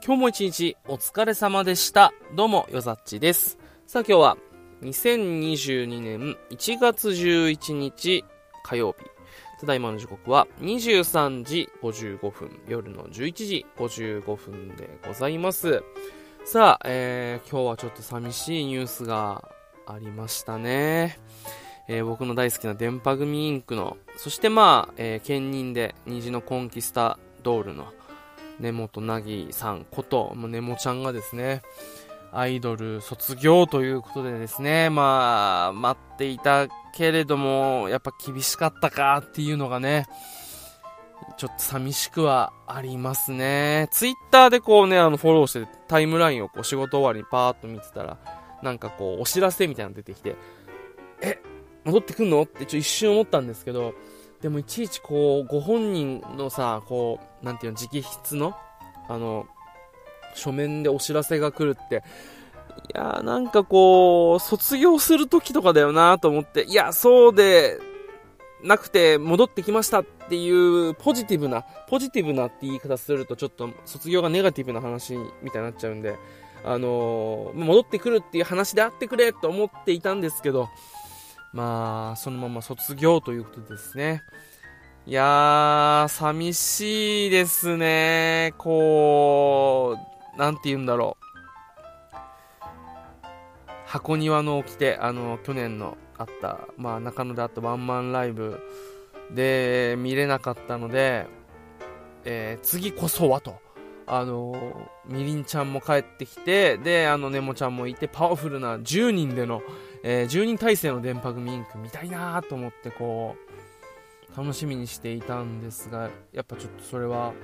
今日も一日お疲れ様でした。どうもよざっちです。さあ今日は2022年1月11日火曜日、ただいまの時刻は23時55分、夜の11時55分でございます。さあ、今日はちょっと寂しいニュースがありましたね。僕の大好きな電波組インクの、そして兼任で虹のコンキスタドールの根本凪さんことネモちゃんがですね、アイドル卒業ということでですね、待っていたけれどもやっぱ厳しかったかっていうのがね、ちょっと寂しくはありますね。ツイッターでフォローしてタイムラインを仕事終わりにパーッと見てたら、お知らせみたいなの出てきて、戻ってくんのって一瞬思ったんですけど、でもいちいちご本人の直筆の書面でお知らせが来るって、いや卒業する時とかだよなと思って、いやそうでなくて戻ってきましたっていうポジティブなって言い方するとちょっと卒業がネガティブな話みたいになっちゃうんで、戻ってくるっていう話であってくれと思っていたんですけど、そのまま卒業ということですね。いやー、寂しいですね。なんて言うんだろう。箱庭の掟、去年のあった、中野であったワンマンライブで見れなかったので、次こそはと。みりんちゃんも帰ってきて、で、ねもちゃんもいて、パワフルな10人での、10人体制の電波組インク見たいなと思って楽しみにしていたんですが、やっぱちょっとそれは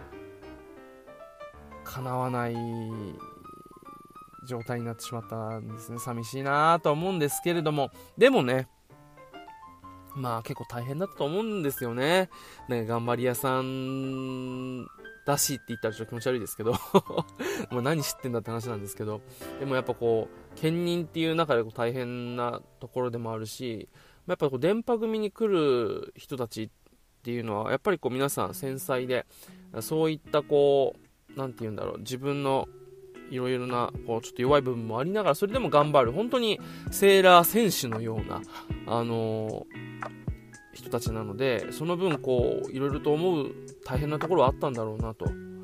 叶わない状態になってしまったんですね。寂しいなと思うんですけれども、でもね、結構大変だったと思うんですよね。頑張り屋さんだしって言ったらちょっと気持ち悪いですけどもう何知ってんだって話なんですけど、でもやっぱ兼任っていう中で大変なところでもあるし、やっぱ電波組に来る人たちっていうのはやっぱり皆さん繊細で、そういったなんて言うんだろう、自分のいろいろなちょっと弱い部分もありながら、それでも頑張る、本当にセーラー戦士のような人たちなので、その分いろいろと思う大変なところはあったんだろうなと。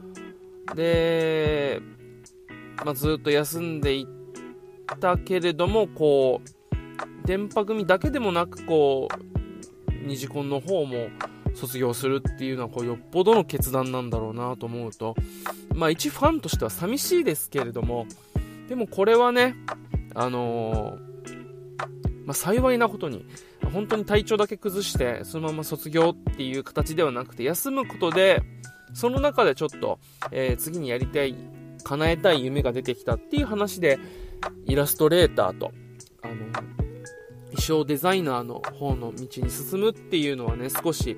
で、ずっと休んでいったけれども電波組だけでもなくニジコンの方も卒業するっていうのはよっぽどの決断なんだろうなと思うと、一ファンとしては寂しいですけれども、でもこれはね、幸いなことに本当に体調だけ崩してそのまま卒業っていう形ではなくて、休むことでその中でちょっと、次にやりたい叶えたい夢が出てきたっていう話で、イラストレーターと衣装デザイナーの方の道に進むっていうのはね、少し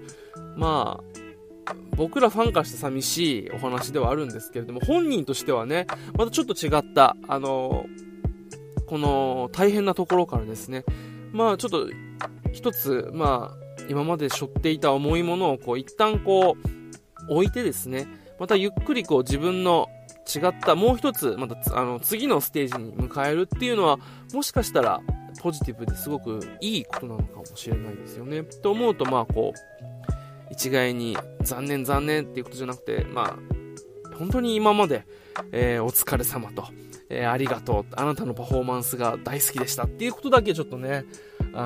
僕らファンからして寂しいお話ではあるんですけれども、本人としてはね、またちょっと違ったこの大変なところからですね、ちょっと一つ今まで背負っていた重いものを一旦置いてですね、またゆっくり自分の違ったもう一つまた次のステージに迎えるっていうのは、もしかしたらポジティブですごくいいことなのかもしれないですよね。と思うと一概に残念っていうことじゃなくて、本当に今まで、お疲れ様と、ありがとう、あなたのパフォーマンスが大好きでしたっていうことだけちょっとね、た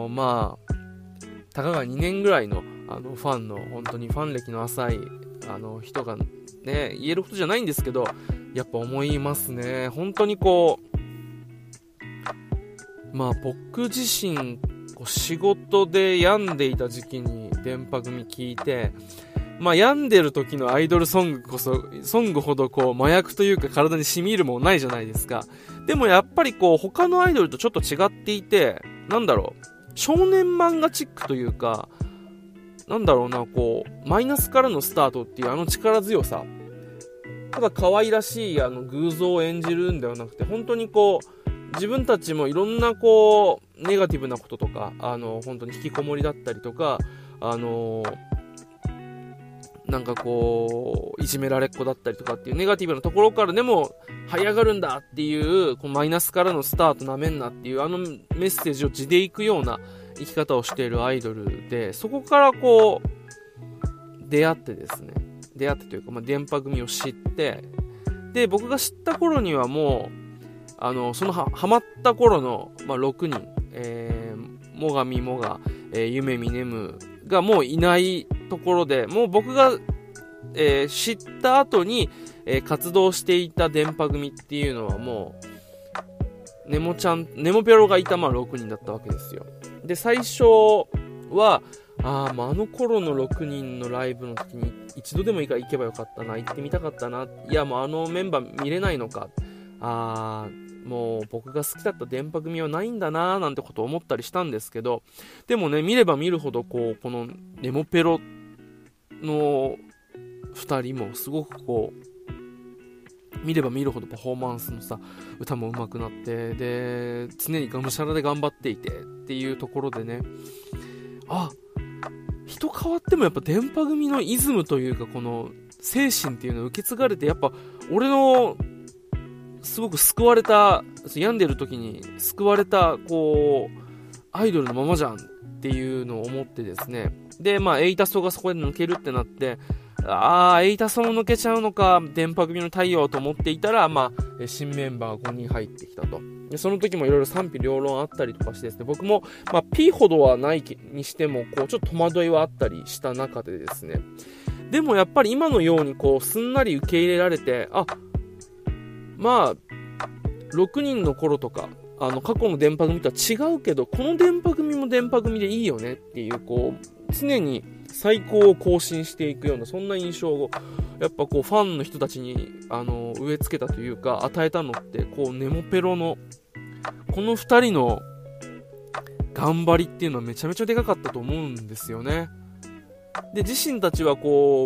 かが2年ぐらいのファンの本当にファン歴の浅い人がね言えることじゃないんですけど、やっぱ思いますね。本当に僕自身仕事で病んでいた時期に電波組聞いて、病んでる時のアイドルソングほど麻薬というか体に染み入るものないじゃないですか。でもやっぱり他のアイドルとちょっと違っていて、少年漫画チックというか、マイナスからのスタートっていう力強さ、ただ可愛らしい偶像を演じるんではなくて、本当に自分たちもいろんなネガティブなこととか本当に引きこもりだったりとかなんかこういじめられっ子だったりとかっていうネガティブなところからでも這い上がるんだっていうこうマイナスからのスタートなめんなっていうメッセージを地でいくような生き方をしているアイドルで、そこからこう出会ってというか、電波組を知って、で僕が知った頃にはもうそのハマった頃の、6人、もがみもが、ゆめみねむがもういないところで、もう僕が、知った後に、活動していた電波組っていうのはもうネモペロがいた6人だったわけですよ。で最初はあの頃の6人のライブの時に一度でもいいから行けばよかったな、行ってみたかったな、いやもうメンバー見れないのか、もう僕が好きだった電波組はないんだななんてことを思ったりしたんですけど、でもね、見れば見るほどこのネモペロの2人もすごく見れば見るほどパフォーマンスの歌も上手くなって、で常にがむしゃらで頑張っていてっていうところでね、人変わってもやっぱ電波組のイズムというかこの精神っていうのを受け継がれて、やっぱ俺のすごく救われた、病んでる時に救われたアイドルのままじゃんっていうのを思ってですね、でエイタソがそこで抜けるってなって、エイタソも抜けちゃうのか、電波組の太陽と思っていたら、新メンバー5人入ってきたと。でその時もいろいろ賛否両論あったりとかしてですね、僕も、P ほどはないにしてもちょっと戸惑いはあったりした中でですね、でもやっぱり今のようにすんなり受け入れられて、6人の頃とか過去の電波組とは違うけど、この電波組も電波組でいいよねっていう常に最高を更新していくような、そんな印象をやっぱファンの人たちに植え付けたというか与えたのってネモペロのこの2人の頑張りっていうのはめちゃめちゃでかかったと思うんですよね。で自身たちはモ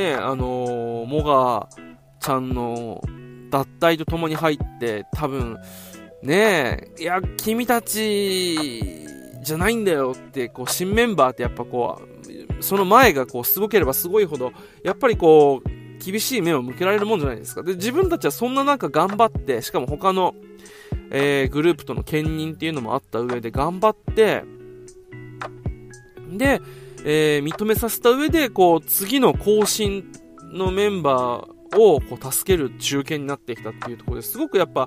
ガちゃんの脱退とともに入って多分ねいや君たちじゃないんだよって新メンバーってやっぱその前がすごければすごいほどやっぱり厳しい目を向けられるもんじゃないですか。で自分たちはそんな中頑張って、しかも他の、グループとの兼任っていうのもあった上で頑張ってで、認めさせた上で次の更新のメンバーを助ける中堅になってきたっていうところですごくやっぱ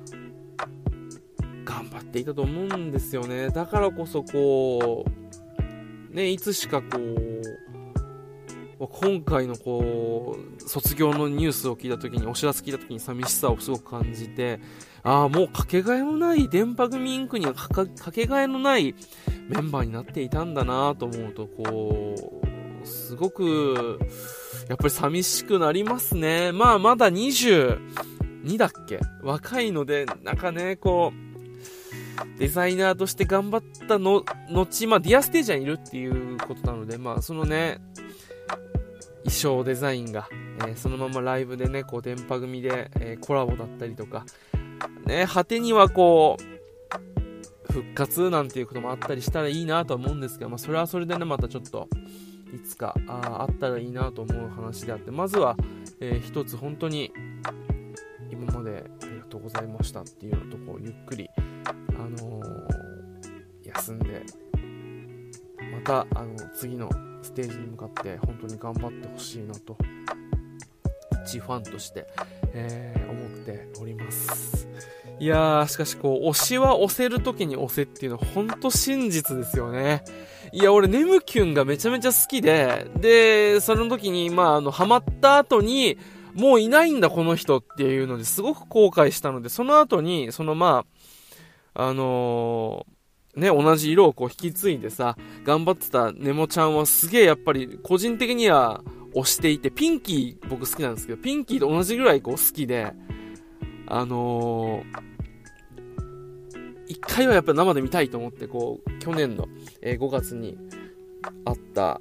頑張っていたと思うんですよね。だからこそいつしか今回の卒業のニュースを聞いた時に、お知らせ聞いた時に寂しさをすごく感じて、もうかけがえのない電波組インクにはかけがえのないメンバーになっていたんだなと思うとすごくやっぱり寂しくなりますね。まだ22だっけ、若いのでなんかねデザイナーとして頑張ったの後、ディアステージャーにいるっていうことなので、そのね衣装デザインが、そのままライブでね電波組で、コラボだったりとかね、果てには復活なんていうこともあったりしたらいいなと思うんですけど、それはそれでねまたちょっといつかあったらいいなと思う話であって、まずは、一つ本当に今までありがとうございましたっていうのとゆっくり休んでまた次のステージに向かって本当に頑張ってほしいなと一ファンとして、思っております。いやーしかし推しは押せる時に押せっていうのは本当真実ですよね。いや俺ネムキュンがめちゃめちゃ好きでその時にハマった後にもういないんだこの人っていうのですごく後悔したので、その後に同じ色を引き継いで頑張ってたネモちゃんはすげえやっぱり個人的には推していて、ピンキー僕好きなんですけど、ピンキーと同じぐらい好きで一回はやっぱ生で見たいと思って去年の5月にあった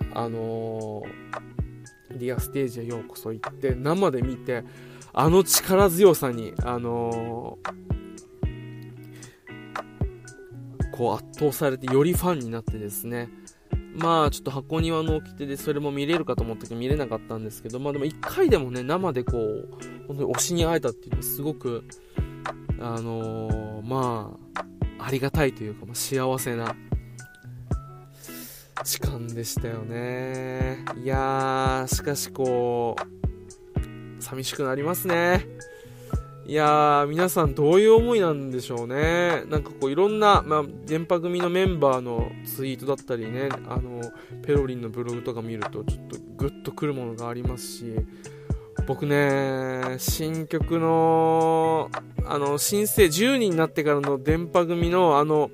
ディアステージへようこそ行って生で見て、力強さに圧倒されてよりファンになってですね、 まあちょっと箱庭の掟でそれも見れるかと思ったけど見れなかったんですけど、まあでも一回でもね生でこう本当に推しに会えたっていうのはすごくまあありがたいというか、まあ、幸せな時間でしたよね。いやーしかしこう寂しくなりますね。いやー皆さんどういう思いなんでしょうね。なんかこういろんな、まあ、電波組のメンバーのツイートだったりね、ペロリンのブログとか見るとちょっとグッとくるものがありますし、僕ね新曲の新生10人になってからの電波組の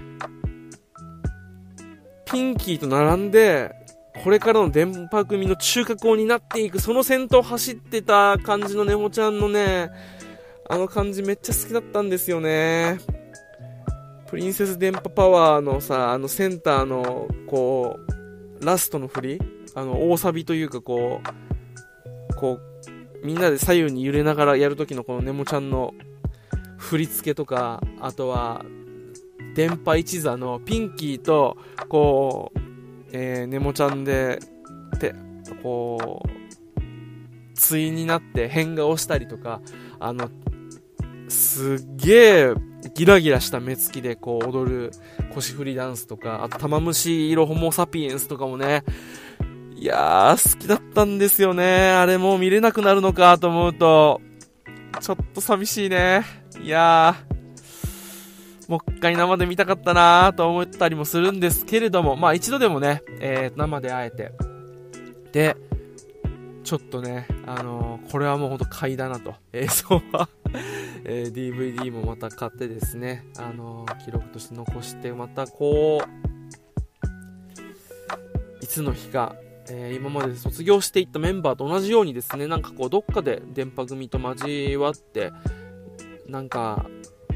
ピンキーと並んでこれからの電波組の中核を担っていくその先頭を走ってた感じのネモちゃんのね感じめっちゃ好きだったんですよね。プリンセス電波パワーのさセンターのこうラストの振り大サビというかこうみんなで左右に揺れながらやるときのこのネモちゃんの振り付けとか、あとは電波一座のピンキーとこう、ネモちゃんでこう対になって変顔したりとか、すっげーギラギラした目つきでこう踊る腰振りダンスとか、あと玉虫色ホモサピエンスとかもね、いやー好きだったんですよね。あれもう見れなくなるのかと思うとちょっと寂しいね。いやーもう一回生で見たかったなーと思ったりもするんですけれども、まあ一度でもね、生で会えてでちょっとねこれはもうほんと買いだなと、映像はDVD もまた買ってですね記録として残して、またこういつの日か今まで卒業していったメンバーと同じようにですね、なんかこうどっかで電波組と交わってなんか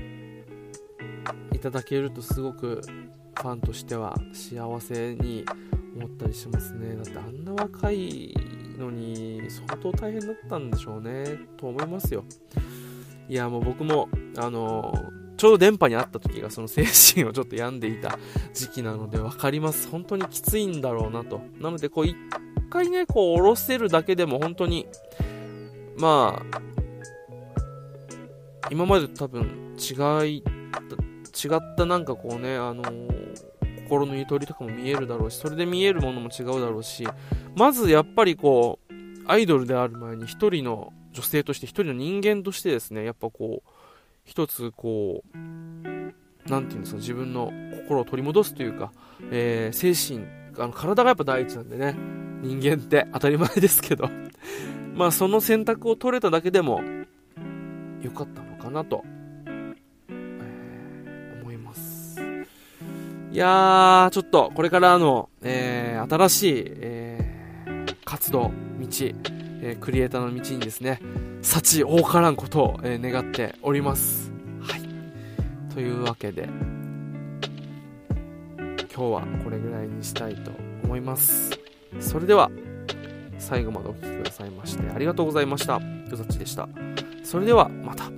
いただけるとすごくファンとしては幸せに思ったりしますね。だってあんな若いのに相当大変だったんでしょうねと思いますよ。いやもう僕もちょうど電波にあった時がその精神をちょっと病んでいた時期なので分かります。本当にきついんだろうなと。なのでこう一回ねこう下ろせるだけでも本当にまあ今までと多分違ったなんかこうね心のゆとりとかも見えるだろうし、それで見えるものも違うだろうし、まずやっぱりこうアイドルである前に一人の女性として一人の人間としてですね、やっぱこう一つこうなんていうんですか、自分の心を取り戻すというか、精神体がやっぱ第一なんでね、人間って当たり前ですけどまあその選択を取れただけでも良かったのかなと、思います。いやーちょっとこれからの、新しい、活動道、クリエイターの道にですね幸多からんことを、願っております。はい、というわけで今日はこれぐらいにしたいと思います。それでは最後までお聞きくださいましてありがとうございました。よざっちでした。それではまた。